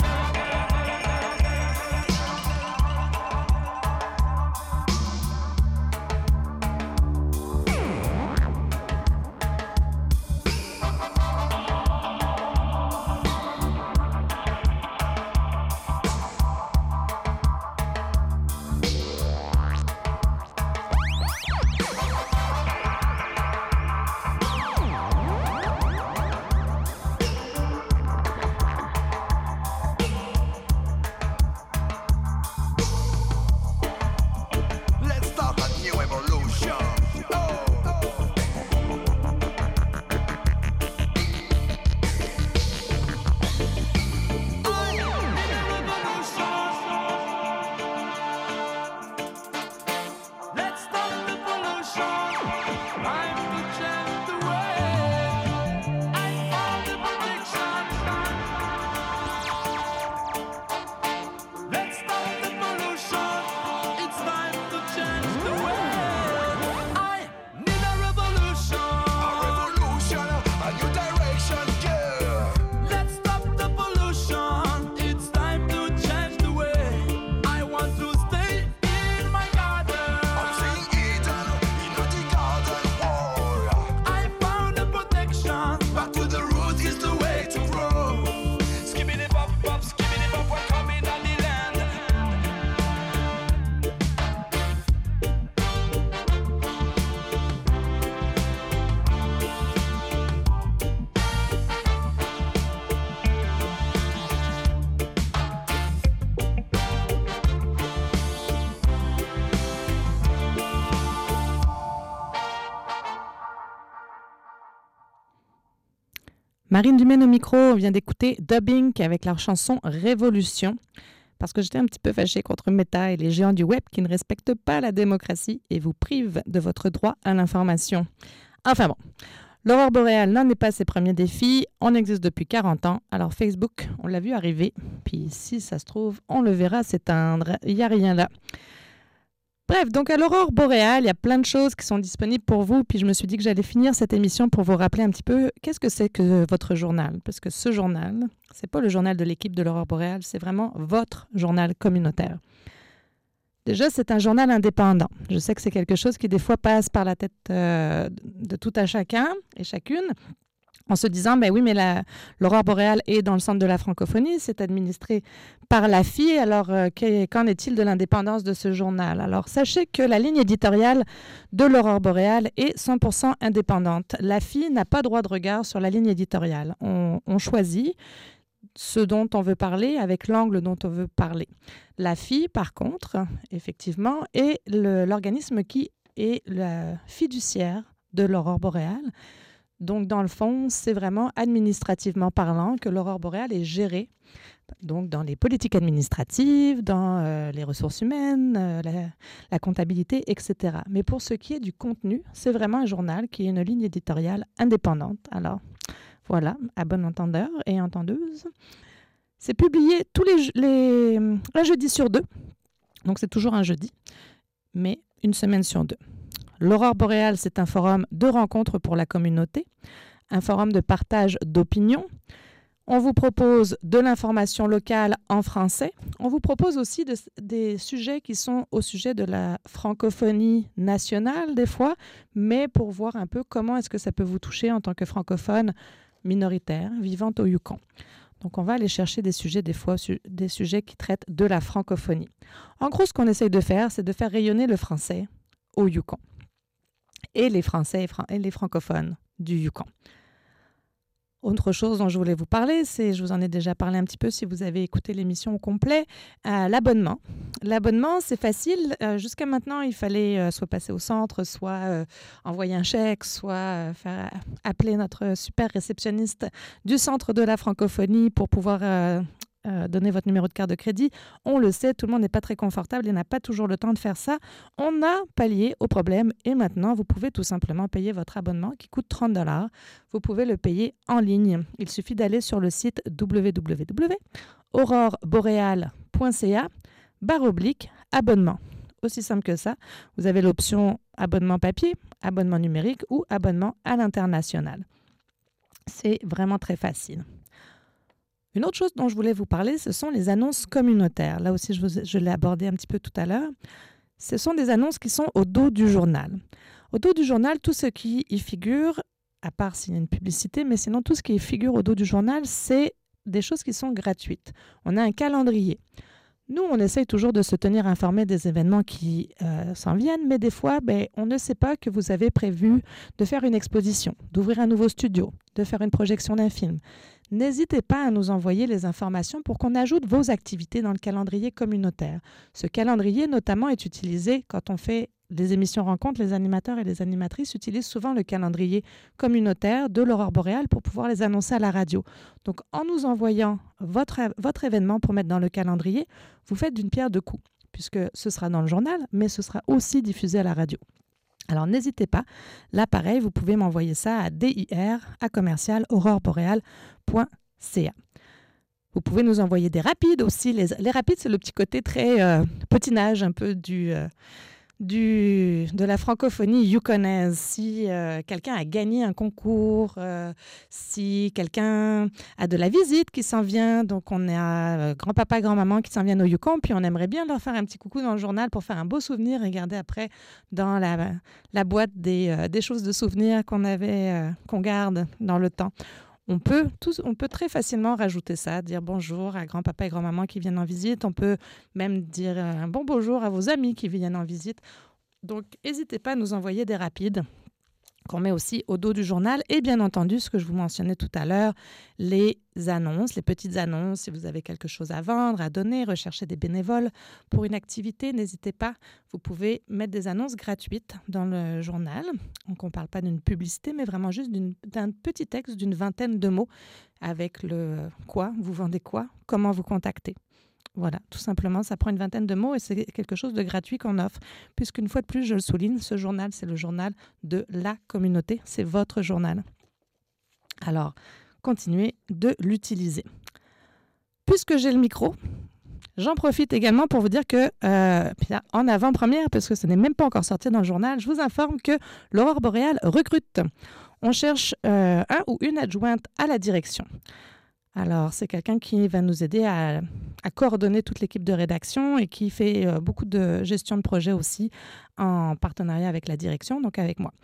Let's start a new evolution. Oh, Let's stop the pollution. Time to change the way. I found the protection. Let's stop the pollution. It's time to change the way. I need a revolution. a revolution, a new direction, yeah. Let's stop the pollution. It's time to change the way. I want to stay in my garden. I'm seeing Eden in a tea garden. Oh, I found the protection. back to the roots is the way to grow. Skibbity bop bop, skibbity bop, welcome in the land. Marine Dumaine au micro, on vient d'écouter Dubbing avec leur chanson Révolution, parce que j'étais un petit peu fâchée contre Meta et les géants du web qui ne respectent pas la démocratie et vous privent de votre droit à l'information. Enfin bon, l'aurore boréale n'en est pas ses premiers défis, on existe depuis quarante ans, alors Facebook, on l'a vu arriver, puis si ça se trouve, on le verra s'éteindre, il n'y a rien là. Bref, donc à l'aurore boréale, il y a plein de choses qui sont disponibles pour vous. Puis je me suis dit que j'allais finir cette émission pour vous rappeler un petit peu qu'est-ce que c'est que votre journal. Parce que ce journal, c'est pas le journal de l'équipe de l'aurore boréale, c'est vraiment votre journal communautaire. Déjà, c'est un journal indépendant. Je sais que c'est quelque chose qui des fois passe par la tête euh, de tout à chacun et chacune, en se disant, ben oui, mais la, l'aurore boréale est dans le centre de la francophonie, c'est administré par l'A F I, alors euh, qu'en est-il de l'indépendance de ce journal? Alors, sachez que la ligne éditoriale de l'aurore boréale est cent pour cent indépendante. L'A F I n'a pas droit de regard sur la ligne éditoriale. On, on choisit ce dont on veut parler avec l'angle dont on veut parler. L'A F I, par contre, effectivement, est le, l'organisme qui est la fiduciaire de l'aurore boréale. Donc, dans le fond, c'est vraiment administrativement parlant que l'aurore boréale est gérée. Donc, dans les politiques administratives, dans euh, les ressources humaines, euh, la, la comptabilité, et cetera. Mais pour ce qui est du contenu, c'est vraiment un journal qui est une ligne éditoriale indépendante. Alors, Voilà, à bon entendeur et entendeuse. C'est publié tous les, les un jeudi sur deux. Donc, c'est toujours un jeudi, mais une semaine sur deux. L'Aurore boréale, c'est un forum de rencontres pour la communauté, un forum de partage d'opinions. On vous propose de l'information locale en français. On vous propose aussi de, des sujets qui sont au sujet de la francophonie nationale, des fois, mais pour voir un peu comment est-ce que ça peut vous toucher en tant que francophone minoritaire vivant au Yukon. Donc, on va aller chercher des sujets, des fois, su- des sujets qui traitent de la francophonie. En gros, ce qu'on essaye de faire, c'est de faire rayonner le français au Yukon et les Français et, fran- et les francophones du Yukon. Autre chose dont je voulais vous parler, c'est, je vous en ai déjà parlé un petit peu si vous avez écouté l'émission au complet, euh, l'abonnement. L'abonnement, c'est facile. Euh, jusqu'à maintenant, il fallait euh, soit passer au centre, soit euh, envoyer un chèque, soit euh, faire appeler notre super réceptionniste du centre de la francophonie pour pouvoir euh, euh, donner votre numéro de carte de crédit. On le sait, tout le monde n'est pas très confortable et n'a pas toujours le temps de faire ça. On a pallié au problème et maintenant, vous pouvez tout simplement payer votre abonnement qui coûte trente dollars. Vous pouvez le payer en ligne. Il suffit d'aller sur le site w w w point aurore boréale point c a barre oblique abonnement. Aussi simple que ça. Vous avez l'option abonnement papier, abonnement numérique ou abonnement à l'international. C'est vraiment très facile. Une autre chose dont je voulais vous parler, ce sont les annonces communautaires. Là aussi, je, vous, je l'ai abordé un petit peu tout à l'heure. Ce sont des annonces qui sont au dos du journal. Au dos du journal, tout ce qui y figure, à part s'il y a une publicité, mais sinon tout ce qui figure au dos du journal, c'est des choses qui sont gratuites. On a un calendrier. Nous, on essaye toujours de se tenir informé des événements qui euh, s'en viennent, mais des fois, ben, on ne sait pas que vous avez prévu de faire une exposition, d'ouvrir un nouveau studio, de faire une projection d'un film. N'hésitez pas à nous envoyer les informations pour qu'on ajoute vos activités dans le calendrier communautaire. Ce calendrier, notamment, est utilisé quand on fait des émissions rencontres. Les animateurs et les animatrices utilisent souvent le calendrier communautaire de l'Aurore boréale pour pouvoir les annoncer à la radio. Donc, en nous envoyant votre, votre événement pour mettre dans le calendrier, vous faites d'une pierre deux coups, puisque ce sera dans le journal, mais ce sera aussi diffusé à la radio. Alors, n'hésitez pas. Là, pareil, vous pouvez m'envoyer ça à dir à commercial aurore boréale point c a. Vous pouvez nous envoyer des rapides aussi. Les, les rapides, c'est le petit côté très euh, potinage un peu du, euh, du, de la francophonie yukonaise. Si euh, quelqu'un a gagné un concours, euh, si quelqu'un a de la visite qui s'en vient, donc on a euh, grand-papa, grand-maman qui s'en viennent au Yukon, puis on aimerait bien leur faire un petit coucou dans le journal pour faire un beau souvenir et garder après dans la, la boîte des, euh, des choses de souvenirs qu'on avait, euh, qu'on garde dans le temps. On peut, tous, on peut très facilement rajouter ça, dire bonjour à grand-papa et grand-maman qui viennent en visite. On peut même dire un bon bonjour à vos amis qui viennent en visite. Donc, n'hésitez pas à nous envoyer des rapides qu'on met aussi au dos du journal. Et bien entendu, ce que je vous mentionnais tout à l'heure, les annonces, les petites annonces. Si vous avez quelque chose à vendre, à donner, rechercher des bénévoles pour une activité, n'hésitez pas. Vous pouvez mettre des annonces gratuites dans le journal. Donc, on ne parle pas d'une publicité, mais vraiment juste d'une, d'un petit texte d'une vingtaine de mots avec le quoi, vous vendez quoi, comment vous contactez. Voilà, tout simplement, ça prend une vingtaine de mots et c'est quelque chose de gratuit qu'on offre. Puisqu'une fois de plus, je le souligne, ce journal, c'est le journal de la communauté. C'est votre journal. Alors, continuez de l'utiliser. Puisque j'ai le micro, j'en profite également pour vous dire que, euh, en avant-première, parce que ce n'est même pas encore sorti dans le journal, je vous informe que l'Aurore boréale recrute. On cherche euh, un ou une adjointe à la direction. Alors, c'est quelqu'un qui va nous aider à, à coordonner toute l'équipe de rédaction et qui fait euh, beaucoup de gestion de projet aussi en partenariat avec la direction, donc avec moi.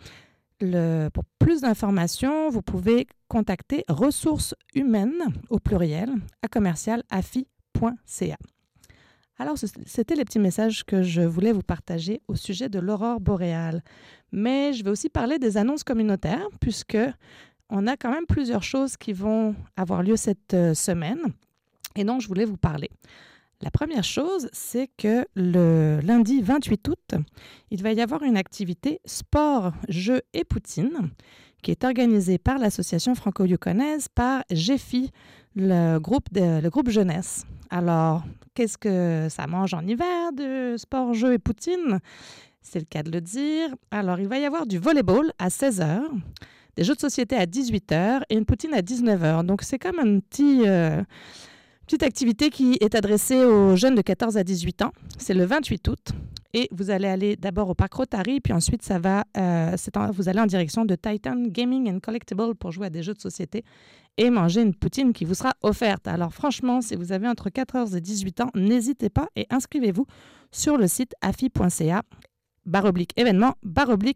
Le, pour plus d'informations, vous pouvez contacter ressources humaines au pluriel à commercial afi point c a. Alors, c'était les petits messages que je voulais vous partager au sujet de l'Aurore boréale. Mais je vais aussi parler des annonces communautaires puisque on a quand même plusieurs choses qui vont avoir lieu cette euh, semaine et dont je voulais vous parler. La première chose, c'est que le lundi vingt-huit août, il va y avoir une activité sport, jeux et poutine qui est organisée par l'association franco-yukonaise par G F I, le groupe, de, le groupe jeunesse. Alors, qu'est-ce que ça mange en hiver de sport, jeux et poutine? C'est le cas de le dire. Alors, il va y avoir du volleyball à seize heures. des jeux de société à dix-huit heures et une poutine à dix-neuf heures. Donc, c'est comme un petit... Euh, petite activité qui est adressée aux jeunes de quatorze à dix-huit ans. C'est le vingt-huit août. Et vous allez aller d'abord au parc Rotary, puis ensuite, ça va, euh, c'est en, vous allez en direction de Titan Gaming and Collectible pour jouer à des jeux de société et manger une poutine qui vous sera offerte. Alors franchement, si vous avez entre quatorze et dix-huit ans, n'hésitez pas et inscrivez-vous sur le site afi.ca, barre oblique événement, barre oblique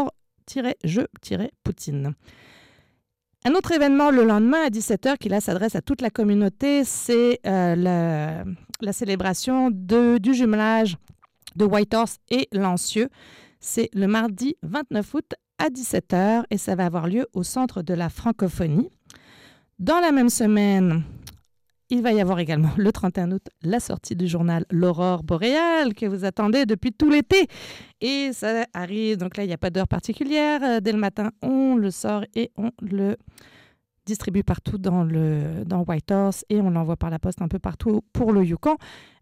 sport-jeu-poutine. Un autre événement le lendemain à dix-sept heures qui là s'adresse à toute la communauté, c'est euh, la, la célébration de, du jumelage de Whitehorse et Lancieux. C'est le mardi vingt-neuf août à dix-sept heures et ça va avoir lieu au Centre de la Francophonie. Dans la même semaine, il va y avoir également le trente et un août la sortie du journal L'Aurore boréale que vous attendez depuis tout l'été. Et ça arrive, donc là, il n'y a pas d'heure particulière. Dès le matin, on le sort et on le distribue partout dans, le, dans Whitehorse et on l'envoie par la poste un peu partout pour le Yukon.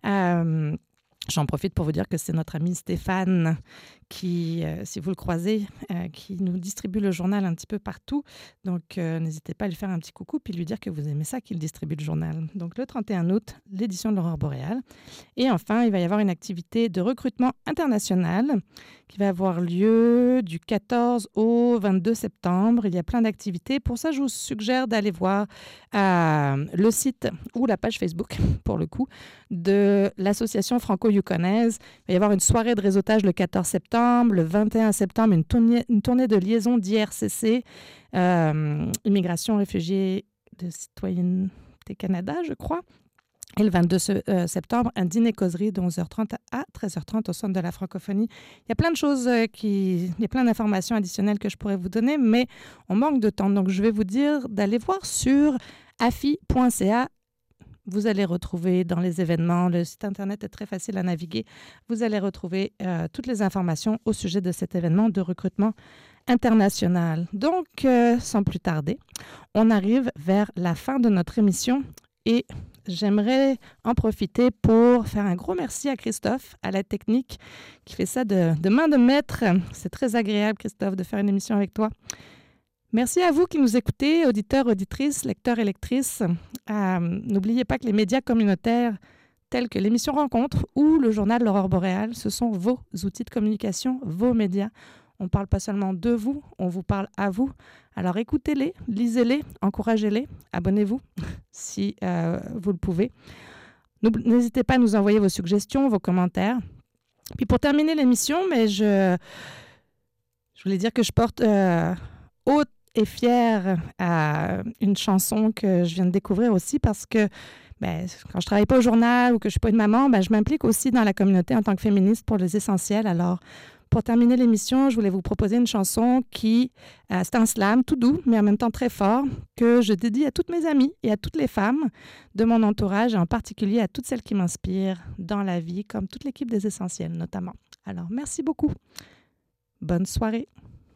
Euh, J'en profite pour vous dire que c'est notre ami Stéphane qui, euh, si vous le croisez, euh, qui nous distribue le journal un petit peu partout. Donc, euh, n'hésitez pas à lui faire un petit coucou puis lui dire que vous aimez ça qu'il distribue le journal. Donc, le trente et un août, l'édition de l'Aurore boréale. Et enfin, il va y avoir une activité de recrutement international qui va avoir lieu du quatorze au vingt-deux septembre. Il y a plein d'activités. Pour ça, je vous suggère d'aller voir euh, le site ou la page Facebook, pour le coup, de l'Association franco-yukonaise. Il va y avoir une soirée de réseautage le quatorze septembre. Le vingt et un septembre, une tournée, une tournée de liaison d'I R C C, euh, Immigration, Réfugiés de Citoyenneté Canada, je crois. Et le vingt-deux septembre, un dîner-causerie de onze heures trente à treize heures trente au Centre de la Francophonie. Il y a plein de choses qui... Il y a plein d'informations additionnelles que je pourrais vous donner, mais on manque de temps. Donc, je vais vous dire d'aller voir sur afi point c a. Vous allez retrouver dans les événements, le site Internet est très facile à naviguer. Vous allez retrouver euh, toutes les informations au sujet de cet événement de recrutement international. Donc, euh, sans plus tarder, on arrive vers la fin de notre émission et j'aimerais en profiter pour faire un gros merci à Christophe, à la technique, qui fait ça de, de main de maître. C'est très agréable, Christophe, de faire une émission avec toi. Merci à vous qui nous écoutez, auditeurs, auditrices, lecteurs et lectrices. Euh, n'oubliez pas que les médias communautaires tels que l'émission Rencontre ou le journal L'Aurore boréale, ce sont vos outils de communication, vos médias. On ne parle pas seulement de vous, on vous parle à vous. Alors écoutez-les, lisez-les, encouragez-les, abonnez-vous si euh, vous le pouvez. N'hésitez pas à nous envoyer vos suggestions, vos commentaires. Puis pour terminer l'émission, mais je, je voulais dire que je porte euh, haute et fière à une chanson que je viens de découvrir aussi parce que ben, quand je ne travaille pas au journal ou que je ne suis pas une maman, ben, je m'implique aussi dans la communauté en tant que féministe pour les essentiels. Alors, pour terminer l'émission, je voulais vous proposer une chanson qui, euh, c'est un slam tout doux, mais en même temps très fort, que je dédie à toutes mes amies et à toutes les femmes de mon entourage, et en particulier à toutes celles qui m'inspirent dans la vie, comme toute l'équipe des Essentiels notamment. Alors, merci beaucoup. Bonne soirée.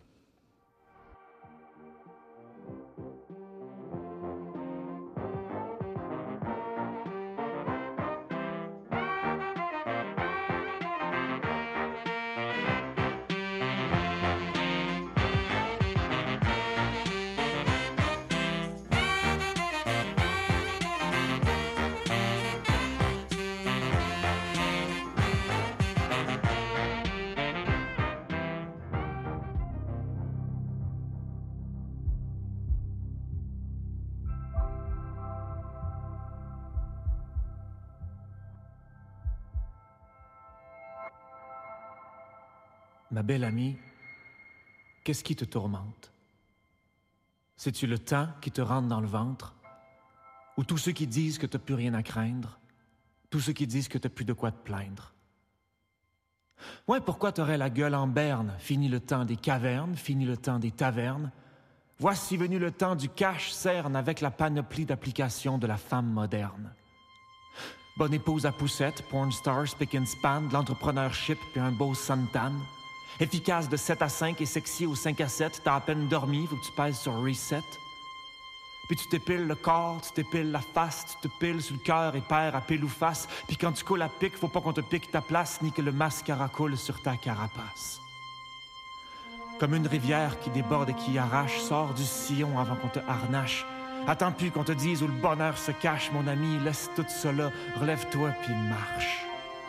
Ma belle amie, qu'est-ce qui te tourmente? C'est-tu le temps qui te rentre dans le ventre? Ou tous ceux qui disent que t'as plus rien à craindre? Tous ceux qui disent que t'as plus de quoi te plaindre? Ouais, pourquoi t'aurais la gueule en berne? Fini le temps des cavernes, fini le temps des tavernes. Voici venu le temps du cache-cerne avec la panoplie d'applications de la femme moderne. Bonne épouse à poussette, porn star, spick and span, de l'entrepreneurship puis un beau suntan. Efficace de sept à cinq et sexy au cinq à sept, t'as à peine dormi, faut que tu pèses sur reset. Puis tu t'épiles le corps, tu t'épiles la face, tu te piles sur le cœur et perds à pile ou face. Puis quand tu coules à pic, faut pas qu'on te pique ta place, ni que le mascara coule sur ta carapace. Comme une rivière qui déborde et qui arrache, sors du sillon avant qu'on te harnache. Attends plus qu'on te dise où le bonheur se cache, mon ami, laisse tout cela, relève-toi puis marche.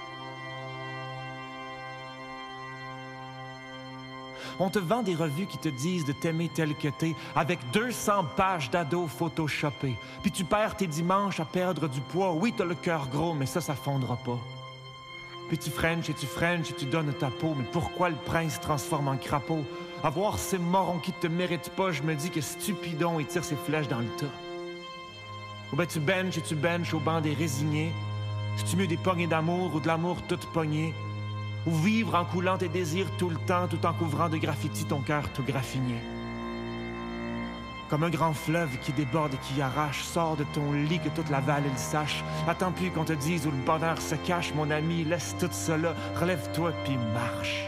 On te vend des revues qui te disent de t'aimer tel que t'es, avec deux cents pages d'ados photoshopés. Puis tu perds tes dimanches à perdre du poids. Oui, t'as le cœur gros, mais ça, ça fondra pas. Puis tu frenches et tu frenches et tu donnes ta peau. Mais pourquoi le prince se transforme en crapaud? À voir ces morons qui te méritent pas, je me dis que stupidon, il tire ses flèches dans le tas. Ou ben tu benches et tu benches au banc des résignés. C'est-tu mieux des poignées d'amour ou de l'amour toute poignée? Ou vivre en coulant tes désirs tout le temps, tout en couvrant de graffiti ton cœur tout graffiné. Comme un grand fleuve qui déborde et qui arrache, sors de ton lit que toute la vallée le sache. Attends plus qu'on te dise où le bonheur se cache, mon ami, laisse tout cela, relève-toi puis marche.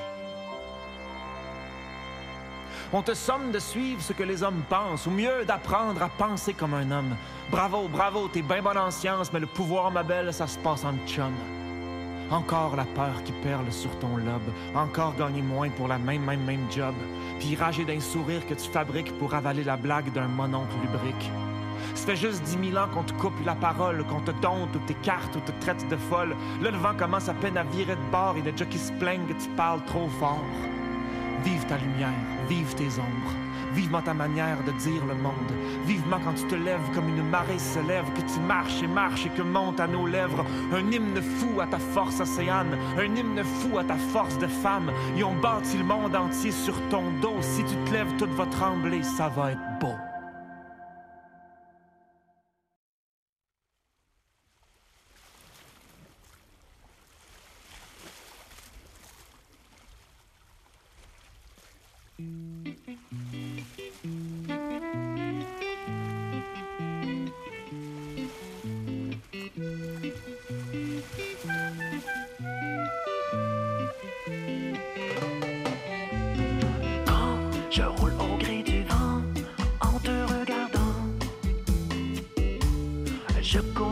On te somme de suivre ce que les hommes pensent, ou mieux d'apprendre à penser comme un homme. Bravo, bravo, t'es bien bonne en science, mais le pouvoir, ma belle, ça se passe en chum. Encore la peur qui perle sur ton lobe, encore gagner moins pour la même, même, même job, puis rager d'un sourire que tu fabriques pour avaler la blague d'un mononcle lubrique. Ça fait juste dix mille ans qu'on te coupe la parole, qu'on te dompte ou t'écarte ou te traite de folle. Là, le vent commence à peine à virer de bord et les gens qui se plaignent que tu parles trop fort. Vive ta lumière, vive tes ombres, vivement ta manière de dire le monde, vivement quand tu te lèves comme une marée se lève, que tu marches et marches et que monte à nos lèvres un hymne fou à ta force océane, un hymne fou à ta force de femme. Ils ont bâti le monde entier sur ton dos, si tu te lèves, tout va trembler, ça va être beau. Je roule au gré du vent en te regardant. Je cours